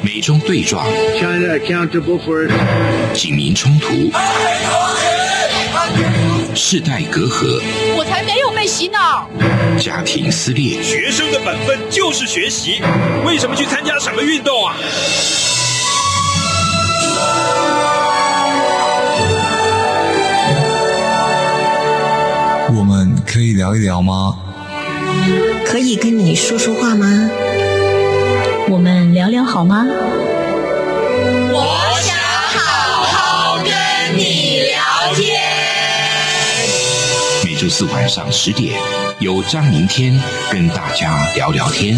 美中对撞， China accountable for its actions. 警民冲突，世代隔阂， 我才没有被洗脑。 家庭撕裂， 学生的本分就是学习，为什么去参加什么运动啊？ 我们可以聊一聊吗？ 可以跟你说说话吗？ 我们聊聊好吗？ 我想好好跟你聊天。 每周四晚上10点，由张明天跟大家聊聊天。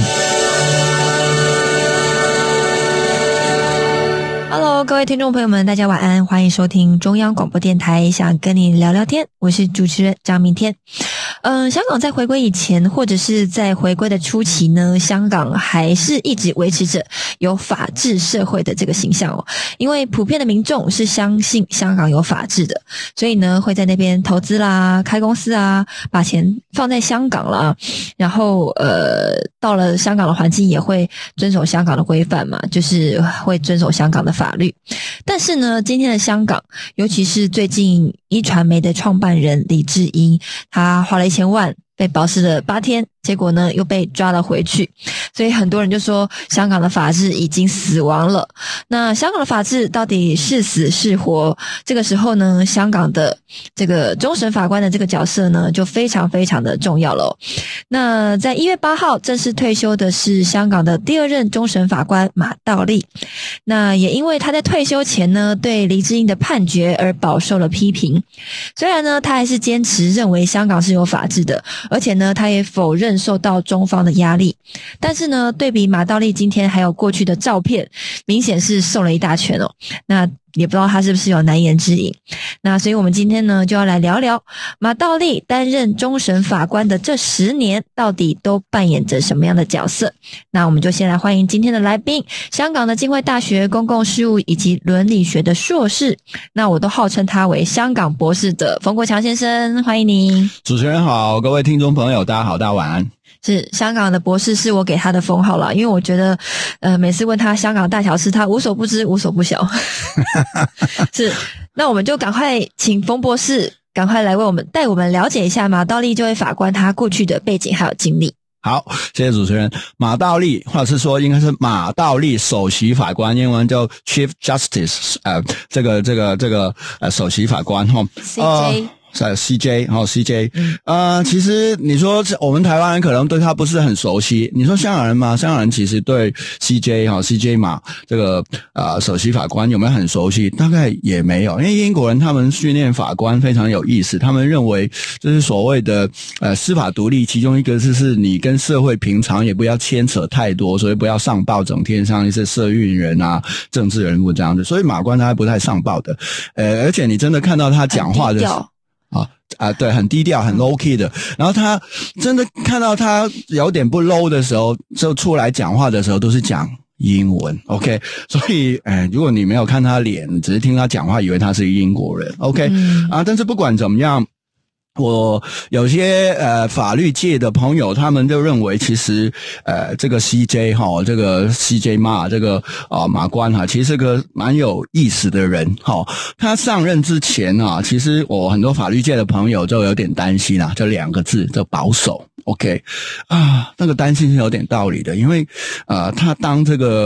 Hello， 各位听众朋友们，大家晚安，欢迎收听中央广播电台，想跟你聊聊天，我是主持人张明天。香港在回归以前，或者是在回归的初期呢，香港还是一直维持着有法治社会的这个形象哦。因为普遍的民众是相信香港有法治的，所以呢会在那边投资啦、开公司啊，把钱放在香港啦，然后到了香港的环境也会遵守香港的规范嘛，就是会遵守香港的法律。但是呢，今天的香港，尤其是最近一传媒的创办人李志英，他花了1000万被保释了8天，结果呢又被抓了回去，所以很多人就说香港的法治已经死亡了。那香港的法治到底是死是活？这个时候呢，香港的这个终审法官的这个角色呢就非常非常的重要了哦。那在1月8号正式退休的是香港的第2任终审法官马道立，那也因为他在退休前呢对黎智英的判决而饱受了批评。虽然呢他还是坚持认为香港是有法治的，而且呢他也否认受到中方的压力，但是呢对比马道立今天还有过去的照片，明显是瘦了一大圈哦。那也不知道他是不是有难言之隐。那所以我们今天呢就要来聊聊马道立担任终审法官的这10年到底都扮演着什么样的角色。那我们就先来欢迎今天的来宾，香港的浸会大学公共事务以及伦理学的硕士，那我都号称他为香港博士的冯国强先生，欢迎您。 主持人好，各位听众朋友大家好，大家晚安。 是香港的博士是我给他的封号啦，因为我觉得每次问他香港大小事他无所不知无所不晓是，那我们就赶快请冯博士赶快来为我们带我们了解一下马道立这位法官他过去的背景还有经历。 好，谢谢主持人。马道立，或者是说应该是马道立首席法官，英文叫 Chief Justice， 这个首席法官哈 CJ。 CJ CJ， 其实你说我们台湾人可能对他不是很熟悉，你说香港人吗？香港人其实对 CJ 马这个首席法官有没有很熟悉？大概也没有，因为英国人他们训练法官非常有意思，他们认为就是所谓的司法独立，其中一个就是你跟社会平常也不要牵扯太多，所以不要上报，整天上一些社运人啊、政治人物这样子，所以马官他还不太上报的，而且你真的看到他讲话的时候。对，很低调，很 low key 的。然后他真的看到他有点不 low 的时候，就出来讲话的时候都是讲英文 ，OK。所以，如果你没有看他脸，只是听他讲话，以为他是英国人 ，OK。但是不管怎么样。我有些法律界的朋友，他们就认为其实这个 CJ 哈，这个 CJ 马这个马官哈，其实是个蛮有意思的人哈。他上任之前啊，其实我很多法律界的朋友就有点担心这2个字，就保守。OK 那个担心是有点道理的，因为他当这个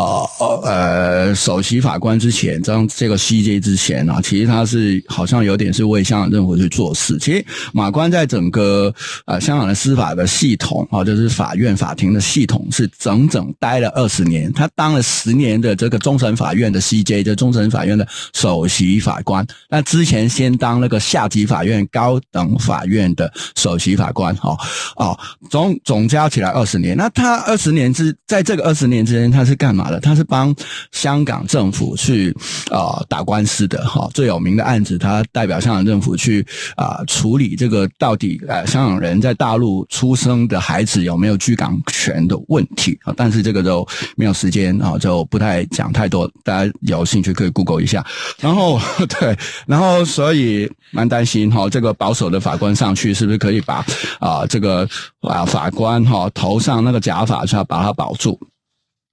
首席法官之前，当这个 CJ 之前啊，其实他是好像有点是为香港政府去做事。其实马官在整个香港的司法的系统就是法院法庭的系统是整整待了20年，他当了10年的这个终审法院的 CJ， 就终审法院的首席法官。那之前先当那个下级法院高等法院的首席法官总加起来20年。那他在这个20年之间他是干嘛的？他是帮香港政府去打官司的最有名的案子，他代表香港政府去处理这个到底香港人在大陆出生的孩子有没有居港权的问题但是这个就没有时间就不太讲太多，大家有兴趣可以 Google 一下。然后对，然后所以蛮担心这个保守的法官上去是不是可以把这个法官头上那个假发把它保住。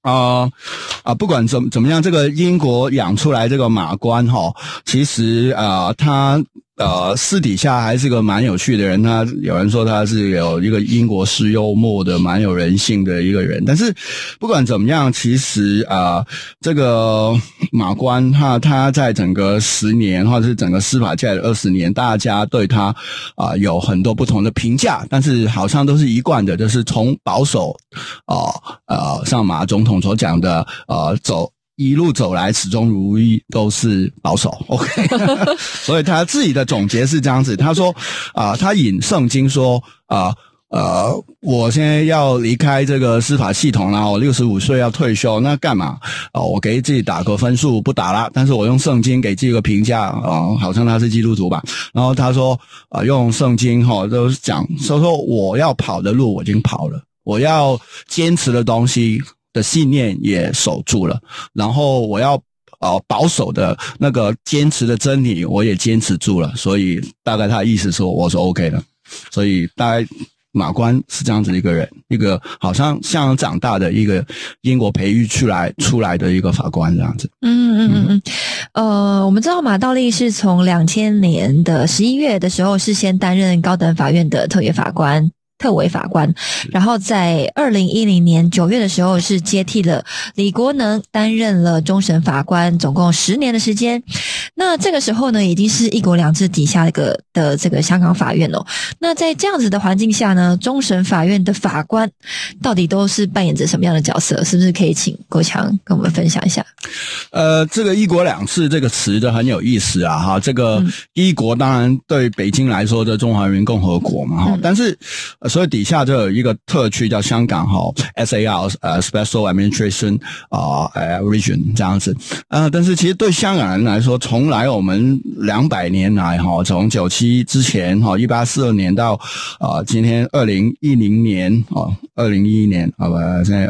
不管怎么样，这个英国养出来这个马官其实他私底下还是个蛮有趣的人。他有人说他是有一个英国式幽默的，蛮有人性的一个人。但是不管怎么样，其实这个马官他在整个10年或者是整个司法界的20年，大家对他有很多不同的评价，但是好像都是一贯的，就是从保守像马总统所讲的一路走来始终如一，都是保守 OK 所以他自己的总结是这样子，他说他引圣经说我现在要离开这个司法系统啦，我65岁要退休，那干嘛我给自己打个分数不打啦，但是我用圣经给自己个评价好像他是基督徒吧。然后他说用圣经都讲说我要跑的路我已经跑了，我要坚持的东西的信念也守住了，然后我要保守的那个坚持的真理我也坚持住了，所以大概他的意思说我是 OK 的。所以大概马官是这样子一个人，一个好像像长大的一个英国培育出来的一个法官这样子。 我们知道马道立是从2000年的11月的时候是先担任高等法院的特委法官，然后在2010年9月的时候是接替了李国能担任了终审法官，总共10年的时间。那这个时候呢，已经是一国两制底下的这个香港法院了。那在这样子的环境下呢，终审法院的法官到底都是扮演着什么样的角色？是不是可以请国强跟我们分享一下？ 这个一国两制这个词就很有意思啊这个一国当然对北京来说的中华人民共和国嘛但是所以底下就有一个特区叫香港SAR Special Administration Region 这样子但是其实对香港人来说，从来我们200年来从97之前1842年到今天2010年2011年现在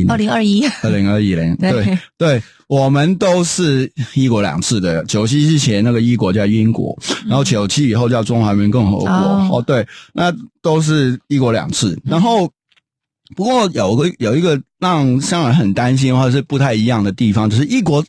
2021年对我们都是一国两制的。97之前那个一国叫英国，然后97以后叫中华人民共和国对，那都是一国两制。然后不过有一个让香港人很担心或者是不太一样的地方，就是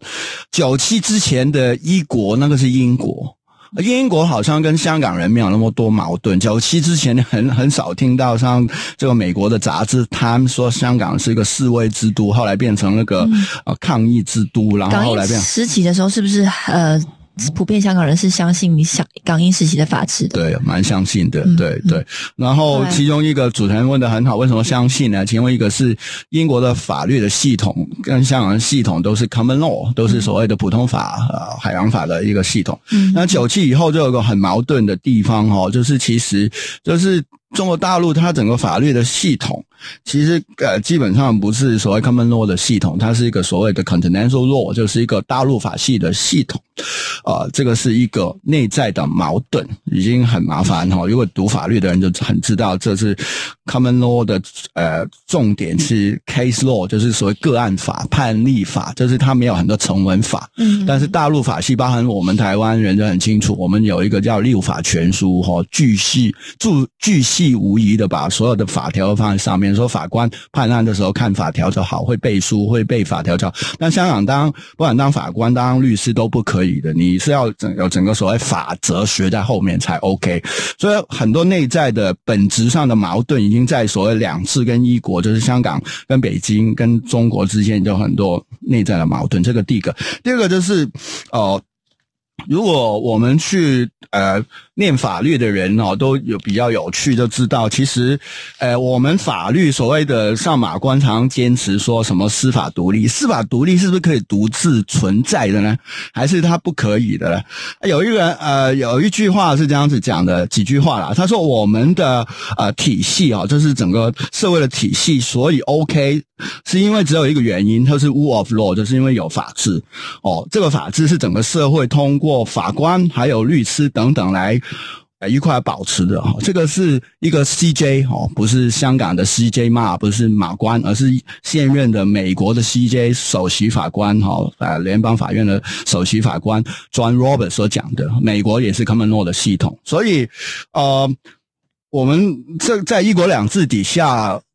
97之前的一国那个是英国，英国好像跟香港人没有那么多矛盾。97之前很少听到像这个美国的杂志他们说香港是一个示威之都，后来变成那个抗议之都，然后后来变成时期的时候是不是普遍香港人是相信港英时期的法治的？对， 蛮相信的对。然后其中一个主持人问得很好，为什么相信呢？其中一个是英国的法律的系统跟香港的系统都是 common law， 都是所谓的普通法海洋法的一个系统那97以后就有个很矛盾的地方就是其实就是中国大陆它整个法律的系统其实基本上不是所谓 common law 的系统，它是一个所谓的 continental law， 就是一个大陆法系的系统这个是一个内在的矛盾，已经很麻烦如果读法律的人就很知道，这是 common law 的重点是 case law， 就是所谓个案法判例法，就是它没有很多成文法但是大陆法系包含我们台湾人就很清楚，我们有一个叫六法全书巨细无遗的把所有的法条放在上面，说法官判案的时候看法条就好，会背书会背法条就好。但香港不管当法官当律师都不可以的，你是要有整个所谓法则学在后面才 OK。 所以很多内在的本质上的矛盾已经在所谓两制跟一国，就是香港跟北京跟中国之间就很多内在的矛盾，这个第一个。第二个就是如果我们去念法律的人都有比较有趣，就知道其实我们法律所谓的像马官常坚持说什么司法独立是不是可以独自存在的呢？还是它不可以的呢？有一句话是这样子讲的，几句话啦。他说我们的体系就是整个社会的体系所以 OK， 是因为只有一个原因，就是 rule of law， 就是因为有法治这个法治是整个社会通过法官还有律师等等来一块保持的这个是一个 CJ 不是香港的 CJ 嘛，不是马官，而是现任的美国的 CJ 首席法官联邦法院的首席法官 John Roberts 所讲的，美国也是 common law 的系统。所以我们在一国两制底下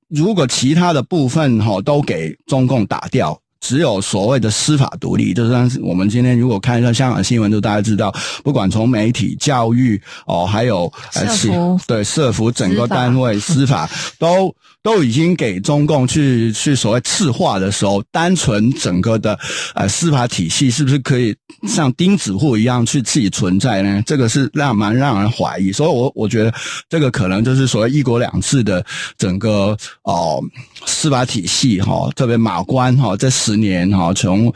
如果其他的部分都给中共打掉，只有所谓的司法独立，就是我们今天如果看一下香港新闻，就大家知道，不管从媒体、教育还有社福整个单位、司法都已经给中共去所谓赤化的时候，单纯整个的司法体系是不是可以像钉子户一样去自己存在呢？这个是蛮让人怀疑，所以我觉得这个可能就是所谓一国两制的整个司法体系特别马关这10年从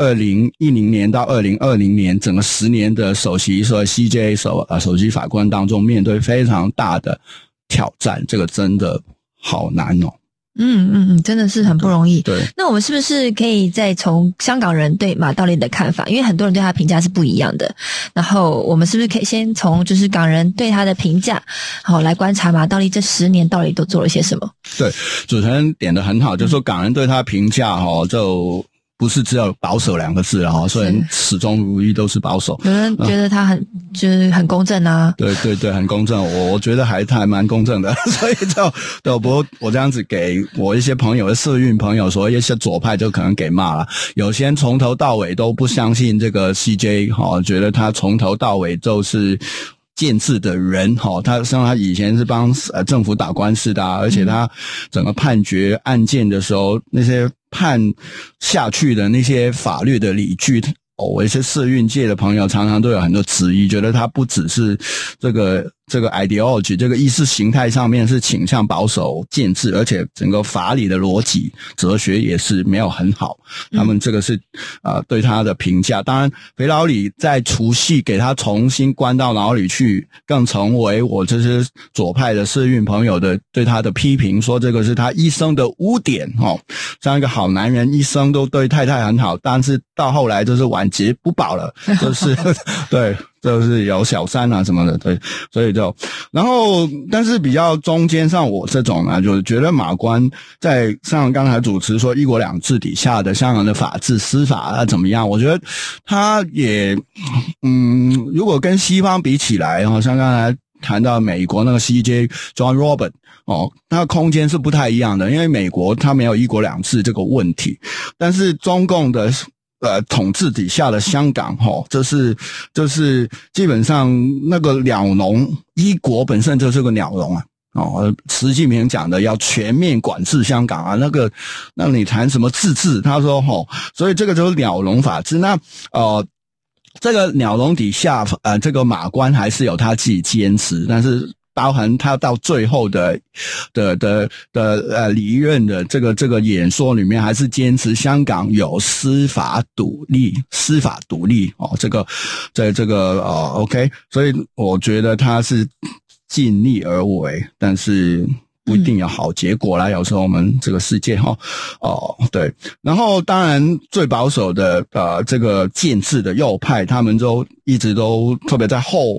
2010年到2020年整个10年的所谓 CJ 首席法官当中，面对非常大的挑战，这个真的好难哦。 真的是很不容易。 对， 那我们是不是可以再从香港人对马道立的看法，因为很多人对他的评价是不一样的，然后我们是不是可以先从就是港人对他的评价来观察马道立这10年到底都做了些什么？对， 主持人点得很好，就是说港人对他的评价就不是只有保守2个字了虽然始终如一都是保守。有人觉得他就是很公正啊。对，很公正，我觉得还蛮公正的，所以不过我这样子给我一些朋友的社运朋友说，一些左派就可能给骂了，有些人从头到尾都不相信这个 CJ 觉得他从头到尾就是建制的人他以前是帮政府打官司的而且他整个判决案件的时候，那些判下去的那些法律的理据，我一些社运界的朋友常常都有很多质疑，觉得他不只是这个 ideology 这个意识形态上面是倾向保守建制，而且整个法理的逻辑哲学也是没有很好。他们这个是对他的评价。当然肥佬里在除夕给他重新关到牢里去，更成为我这些左派的社运朋友的对他的批评，说这个是他一生的污点像一个好男人一生都对太太很好，但是到后来就是晚节不保了，就是对，就是有小三啊什么的，对，所以然后但是比较中间像我这种呢，就觉得马关在像刚才主持说一国两制底下的香港的法治司法怎么样，我觉得他也如果跟西方比起来像刚才谈到美国那个 CJ John Roberts那个空间是不太一样的，因为美国它没有一国两制这个问题，但是中共的统治底下的香港就是基本上那个鸟笼，一国本身就是个鸟笼啊习近平讲的要全面管制香港啊，那你谈什么自治，他说所以这个就是鸟笼法治。那这个鸟笼底下这个马关还是有他自己坚持，但是包含他到最后的离任的这个演说里面，还是坚持香港有司法独立OK， 所以我觉得他是尽力而为，但是不一定有好结果啦，有时候我们这个世界对。然后当然最保守的这个建制的右派，他们都一直都特别在后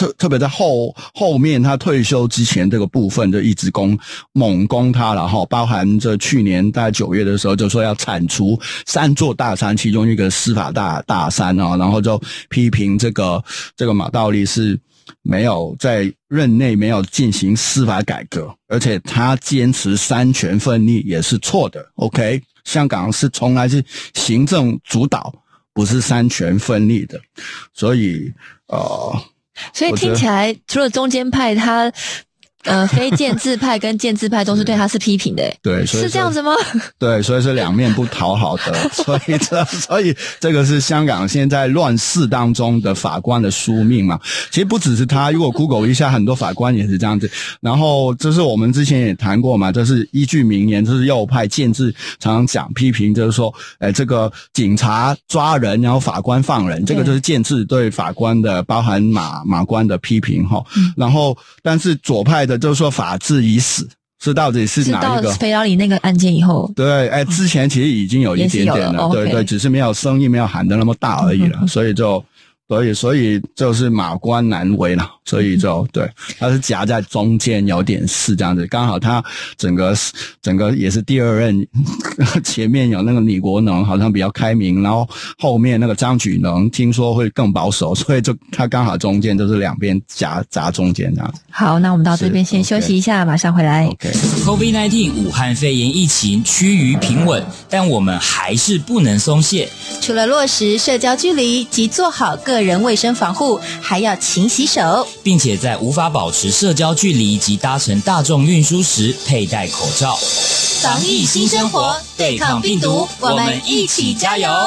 面他退休之前这个部分就一直猛攻他了包含这去年大概9月的时候就说要铲除3座大山，其中一个司法大山然后就批评这个马道立是没有在任内没有进行司法改革，而且他坚持3权分立也是错的。OK， 香港是从来是行政主导，不是3权分立的，所以听起来除了中间派，他非建制派跟建制派都是对他是批评的对，是这样子吗？对，所以是两面不讨好的，所以这个是香港现在乱世当中的法官的宿命嘛。其实不只是他，如果 Google 一下，很多法官也是这样子。然后这是我们之前也谈过嘛，这是依据名言，就是右派建制常常讲批评，就是说这个警察抓人，然后法官放人，这个就是建制对法官的包含马官的批评然后但是左派的就是说法治已死，是到底是哪一个？是到肥佬里那个案件以后，对，之前其实已经有一点点了，对对，只是没有声音没有喊得那么大而已了，所以就所以就是马关难为了，所以就对，它是夹在中间有点事这样子，刚好他整个也是第二任，前面有那个李国能好像比较开明，然后后面那个张举能听说会更保守，所以就他刚好中间就是两边夹中间这样。 好，那我们到这边先休息一下，马上回来。 COVID-19 武汉肺炎疫情趋于平稳，但我们还是不能松懈。 除了落实社交距离及做好个人卫生防护，还要勤洗手， 并且在无法保持社交距离及搭乘大众运输时佩戴口罩。 防疫新生活，对抗病毒，我们一起加油！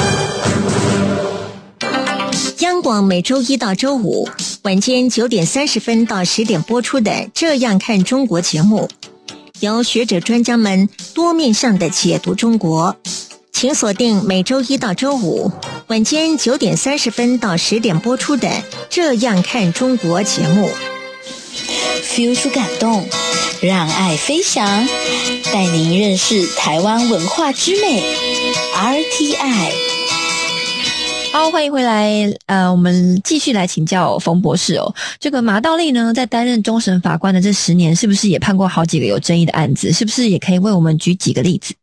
央广每周一到周五晚间9点30分到10点播出的《这样看中国》节目，由学者专家们多面向的解读中国。请锁定每周一到周五晚间9点30分到10点播出的《这样看中国》节目。 feel 出感动，让爱飞翔，带您认识台湾文化之美。RTI。 好，欢迎回来。我们继续来请教冯博士哦。这个马道立呢，在担任终审法官的这10年，是不是也判过好几个有争议的案子？是不是也可以为我们举几个例子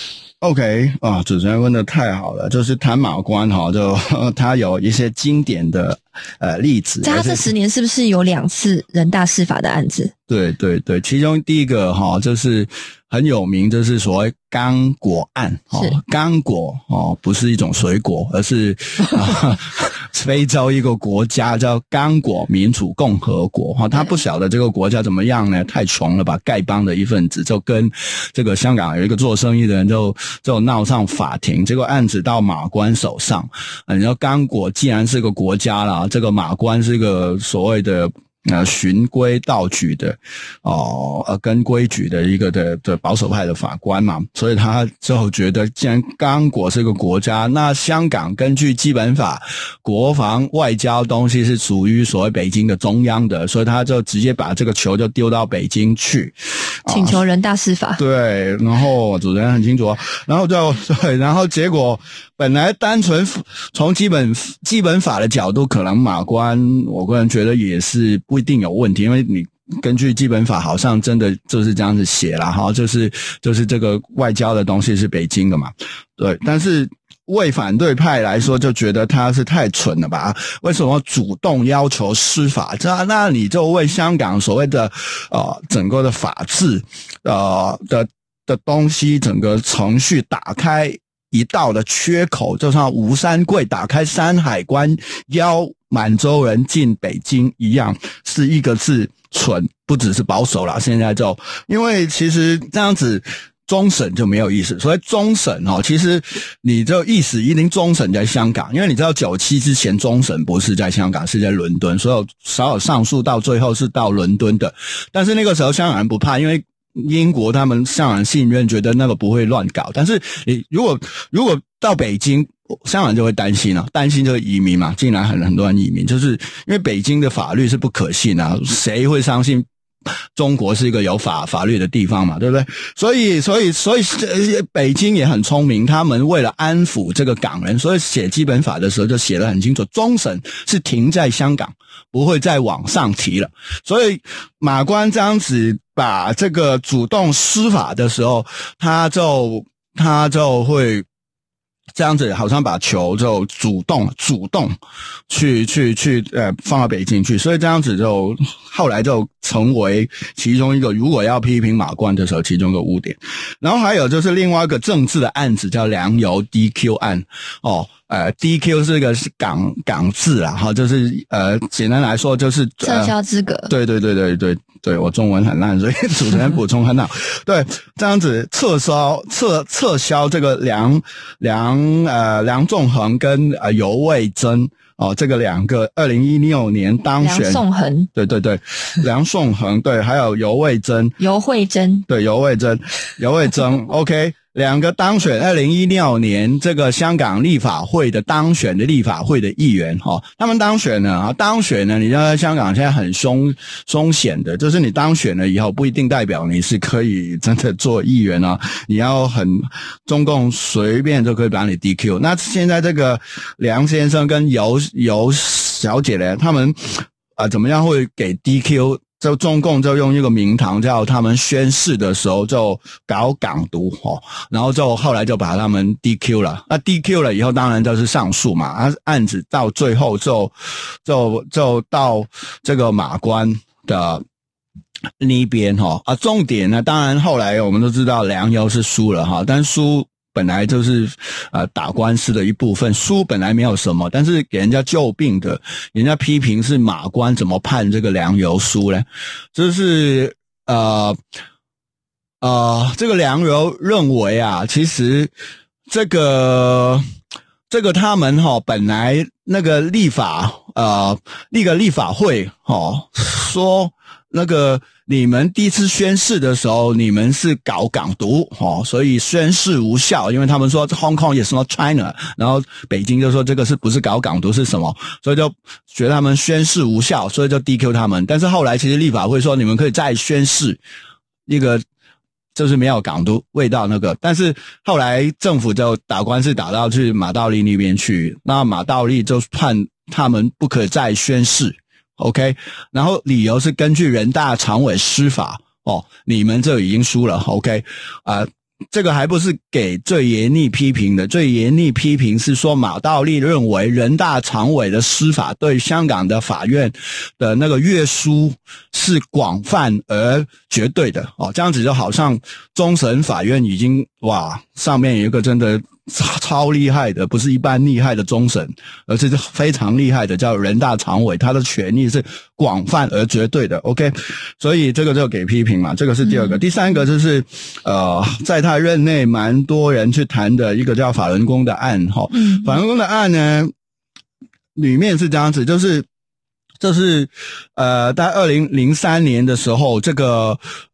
？OK 啊，主持人问的太好了，就是谈马关哈，就他有一些经典的例子。 在他这10年是不是有2次人大释法的案子？ 对对对，其中第一个哈就是很有名，就是所谓刚果案。刚果不是一种水果，而是非洲一个国家叫刚果民主共和国。他不晓得这个国家怎么样呢？太穷了吧，丐帮的一份子就跟这个香港有一个做生意的人就闹上法庭，这个案子到马关手上。你说刚果既然是个国家啦，这个马关是个所谓的循规蹈矩的跟规矩的一个的保守派的法官嘛，所以他就觉得既然刚果是个国家，那香港根据基本法国防外交东西是属于所谓北京的中央的，所以他就直接把这个球就丢到北京去， 请求人大释法。 对，然后主持人很清楚，然后结果本来单纯从基本法的角度，可能马关我个人觉得也是不一定有问题，因为你根据基本法好像真的就是这样子写啦哈，就是这个外交的东西是北京的嘛，对，但是为反对派来说就觉得他是太蠢了吧？为什么主动要求释法？那你就为香港所谓的整个的法治的东西整个程序打开一道的缺口，就像吴三桂打开山海关邀满洲人进北京一样，是一个字蠢，不只是保守啦，现在就因为其实这样子终审就没有意思。所以终审其实你就意思一定终审在香港，因为你知道97之前终审不是在香港，是在伦敦，所有上诉到最后是到伦敦的。但是那个时候香港人不怕，因为英国他们香港信任，觉得那个不会乱搞。但是你如果到北京，香港就会担心担心这个移民嘛，竟然很多人移民，就是因为北京的法律是不可信啊，谁会相信中国是一个有法律的地方嘛，对不对？所以北京也很聪明，他们为了安抚这个港人，所以写基本法的时候就写得很清楚，终审是停在香港，不会再往上提了。所以马关这样子把这个主动施法的时候，他就会这样子好像把球就主动去放到北京去，所以这样子就后来就成为其中一个如果要批评马关的时候其中一个污点。然后还有就是另外一个政治的案子叫梁游 DQ 案DQ 是个港字啦哈，就是简单来说就是撤销资格。 对，我中文很烂，所以主持人补充很好。对，这样子撤销这个梁仲恒跟游蕙禛这个两个2016年当选梁颂恒， 对，梁颂恒对，还有游蕙禛， 游蕙禛对， 游蕙禛OK。 两个当选2016年这个香港立法会的当选的立法会的议员他们当选呢，你知道在香港现在很凶险的，就是你当选了以后不一定代表你是可以真的做议员啊，你要很中共随便就可以把你 DQ。 那现在这个梁先生跟尤小姐呢，他们怎么样会给 DQ？就中共就用一个名堂叫他们宣誓的时候就搞港独然后就后来就把他们 DQ 了。那 DQ 了以后当然就是上诉嘛，案子到最后就到这个马关的那边重点呢，当然后来我们都知道梁游是输了但输本来就是打官司的一部分，输本来没有什么，但是给人家诟病的，人家批评是马关怎么判这个梁游输呢？就是这个梁游认为其实这个他们本来那个立法会说那个你们第一次宣誓的时候你们是搞港独所以宣誓无效，因为他们说 Hong Kong is not China， 然后北京就说这个是不是搞港独是什么，所以就觉得他们宣誓无效，所以就 DQ 他们。但是后来其实立法会说你们可以再宣誓一个就是没有港独味道那个，但是后来政府就打官司打到去马道立那边去，那马道立就判他们不可以再宣誓OK， 然后理由是根据人大常委施法你们这已经输了 OK 这个还不是给最严厉批评的，最严厉批评是说马道立认为人大常委的施法对香港的法院的那个约束是广泛而绝对的这样子就好像终审法院已经上面有一个真的超厉害的，不是一般厉害的终审，而是非常厉害的叫人大常委，他的权力是广泛而绝对的 OK， 所以这个就给批评嘛，这个是第二个。第三个就是在他任内蛮多人去谈的一个叫法轮功的案法轮功的案呢里面是这样子，就是在2003年的时候，这个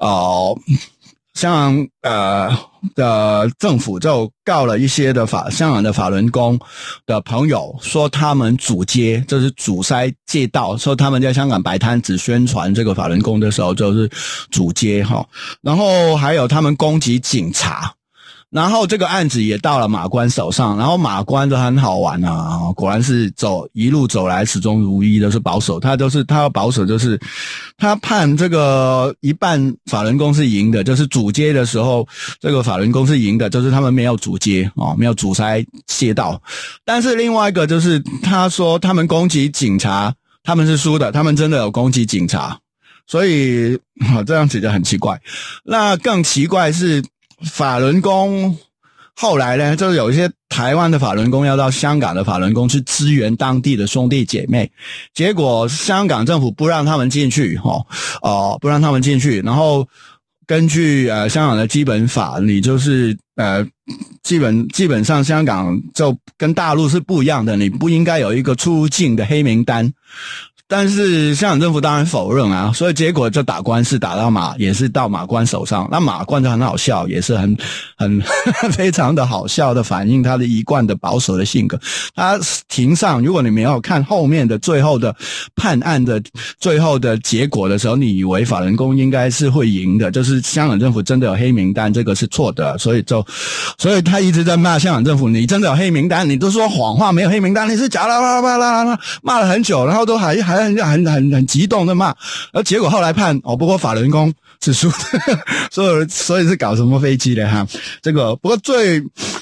香港的政府就告了一些的香港的法轮功的朋友，说他们阻街，就是阻塞街道，说他们在香港摆摊子宣传这个法轮功的时候就是阻街然后还有他们攻击警察。然后这个案子也到了马关手上，然后马关都很好玩果然是一路走来始终如一的是保守，他要保守，就是他判这个一半法轮功是赢的，就是阻街的时候这个法轮功是赢的，就是他们没有阻街没有阻塞街道。但是另外一个就是他说他们攻击警察他们是输的，他们真的有攻击警察，所以这样子就很奇怪。那更奇怪是法轮功后来呢，就是有一些台湾的法轮功要到香港的法轮功去支援当地的兄弟姐妹，结果香港政府不让他们进去不让他们进去，然后根据香港的基本法，你就是基本上香港就跟大陆是不一样的，你不应该有一个出境的黑名单。但是香港政府当然否认所以结果就打官司打到也是到马关手上。那马关就很好笑，也是很非常的好笑的反映他的一贯的保守的性格。他庭上如果你没有看后面的最后的判案的最后的结果的时候，你以为法轮功应该是会赢的，就是香港政府真的有黑名单，这个是错的，所以他一直在骂香港政府，你真的有黑名单，你都说谎话，没有黑名单，你是假的，骂了很久，然后都还很激动的骂，而结果后来判不过法轮功是输的所以是搞什么飞机的这个不过最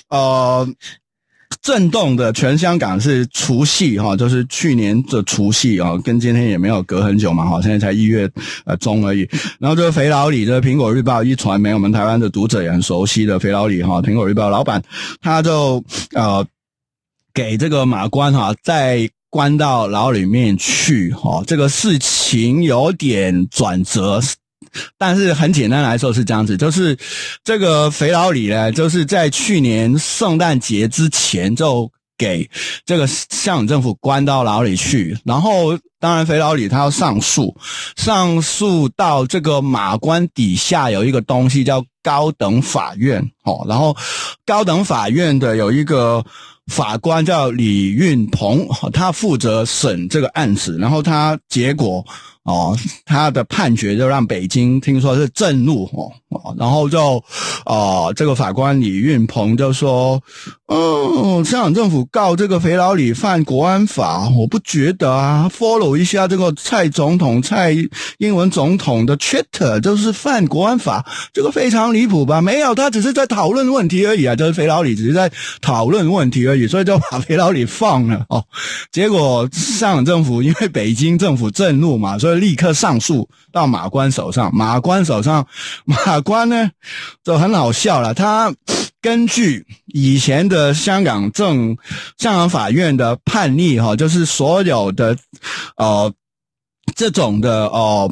震动的全香港是除夕就是去年的除夕跟今天也没有隔很久嘛现在才1月中而已。然后这个肥佬李，这个苹果日报一传媒，我们台湾的读者也很熟悉的肥佬李苹果日报老板，他就给这个马关在关到牢里面去这个事情有点转折，但是很简单来说是这样子，就是这个肥佬李呢，就是在去年圣诞节之前就给这个香港政府关到牢里去，然后当然肥佬里他要上诉到这个马关底下有一个东西叫高等法院然后高等法院的有一个法官叫李运鹏，他负责审这个案子，然后他结果他的判决就让北京听说是震怒然后就这个法官李运鹏就说香港政府告这个肥佬里犯国安法，我不觉得啊 ，follow 一下这个蔡英文总统的 Twitter 就是犯国安法，这个非常离谱吧？没有，他只是在讨论问题而已啊，就是肥佬里只是在讨论问题而已，所以就把肥佬里放了结果香港政府因为北京政府震怒嘛，所以立刻上诉到马关手上，马关呢就很好笑了，他根据以前的香港法院的判例就是所有的这种的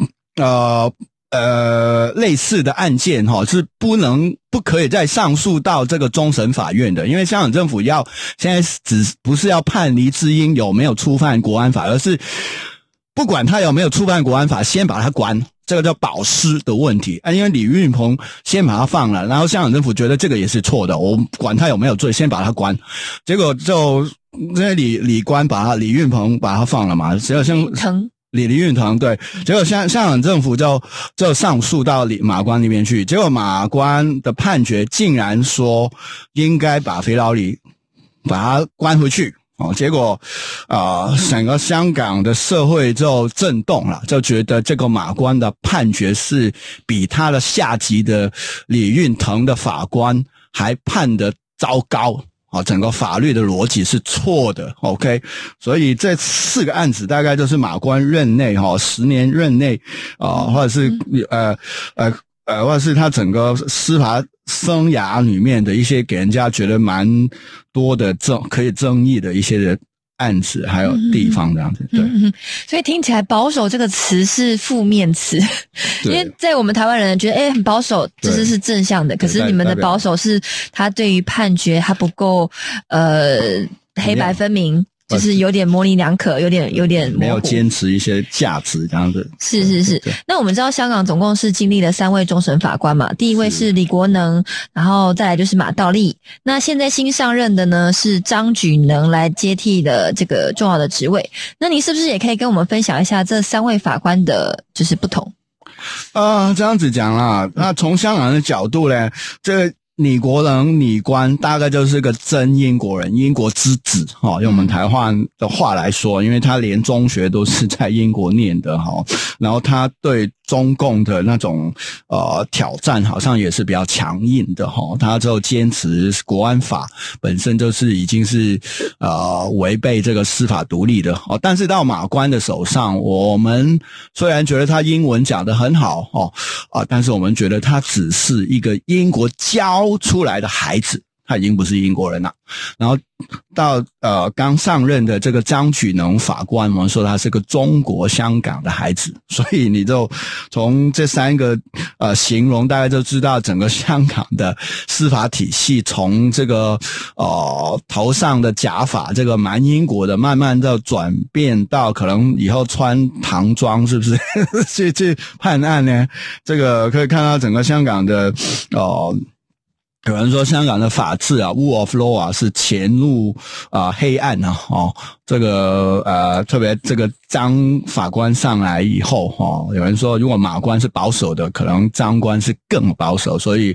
类似的案件是不可以再上诉到这个终审法院的，因为香港政府现在不是要判黎智英有没有触犯国安法，而是不管他有没有触犯国安法，先把他关，这个叫保释的问题因为李运鹏先把他放了，然后香港政府觉得这个也是错的，我管他有没有罪，先把他关，结果就这李运鹏把他放了嘛，只有像李运腾对，结果香港政府就上诉到马关那边去，结果马关的判决竟然说应该把肥佬里把他关回去结果整个香港的社会就震动了，就觉得这个马关的判决是比他的下级的李运腾的法官还判得糟糕整个法律的逻辑是错的 OK， 所以这4个案子大概就是马关任内10年任内或者是或者是他整个司法生涯里面的一些给人家觉得蛮多的可以争议的一些的案子还有地方这样子对所以听起来保守这个词是负面词，因为在我们台湾人觉得很保守，这是正向的，可是你们的保守是他对于判决他不够黑白分明，就是有点模棱两可，有点模糊， 没有坚持一些价值这样子。 是。那我们知道香港总共是经历了3位终审法官嘛，第一位是李国能，然后再来就是马道立，那现在新上任的呢是张举能来接替了这个重要的职位。那你是不是也可以跟我们分享一下这3位法官的就是不同？ 这样子讲啦，那从香港人的角度呢，这李国能李官大概就是个真英国人，英国之子用我们台湾的话来说，因为他连中学都是在英国念的然后他对中共的那种挑战好像也是比较强硬的他就坚持国安法本身就是已经是违背这个司法独立的但是到马关的手上，我们虽然觉得他英文讲得很好但是我们觉得他只是一个英国教出来的孩子，他已经不是英国人了。然后到刚上任的这个张举能法官，我们说他是个中国香港的孩子，所以你就从这3个形容大概就知道整个香港的司法体系从这个头上的假发这个蛮英国的，慢慢的转变到可能以后穿唐装是不是去判案呢？这个可以看到整个香港的有人说香港的法治rule of law 是前路黑暗这个特别这个张法官上来以后有人说如果马官是保守的，可能张官是更保守，所以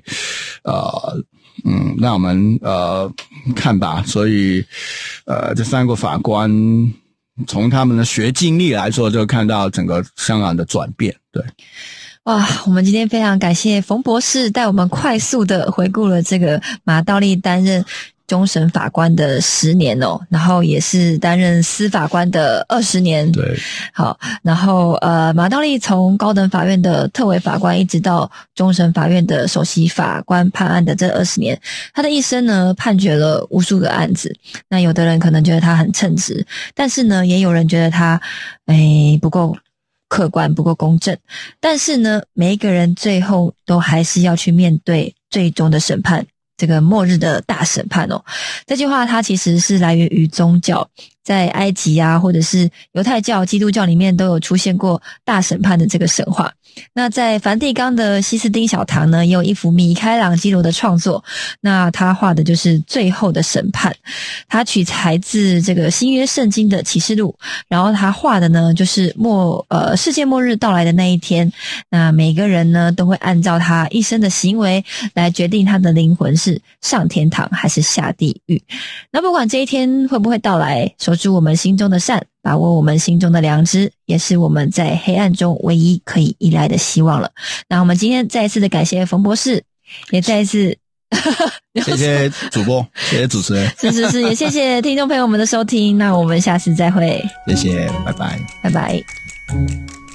那我们看吧。所以这3个法官从他们的学经历来说，就看到整个香港的转变。对。 哇，我们今天非常感谢冯博士带我们快速的回顾了这个马道立担任终审法官的10年然后也是担任司法官的20年。 对， 好，然后马道立从高等法院的特委法官一直到终审法院的首席法官判案的这20年，他的一生呢判决了无数个案子。那有的人可能觉得他很称职，但是呢也有人觉得他不够客观，不够公正，但是呢每一个人最后都还是要去面对最终的审判， 这个末日的大审判哦。这句话它其实是来源于宗教，在埃及啊或者是犹太教、基督教里面都有出现过大审判的这个神话。那在梵蒂冈的西斯丁小堂呢，也有一幅米开朗基罗的创作，那他画的就是最后的审判，他取材自这个新约圣经的启示录，然后他画的呢就是世界末日到来的那一天，那每个人呢都会按照他一生的行为来决定他的灵魂是上天堂还是下地狱。那不管这一天会不会到来，守住我们心中的善，把握我们心中的良知，也是我们在黑暗中唯一可以依赖的希望了。那我们今天再一次的感谢冯博士，也再一次谢谢主播，谢谢主持人， 是，也谢谢听众朋友们的收听，那我们下次再会， 谢谢，拜拜， 拜拜。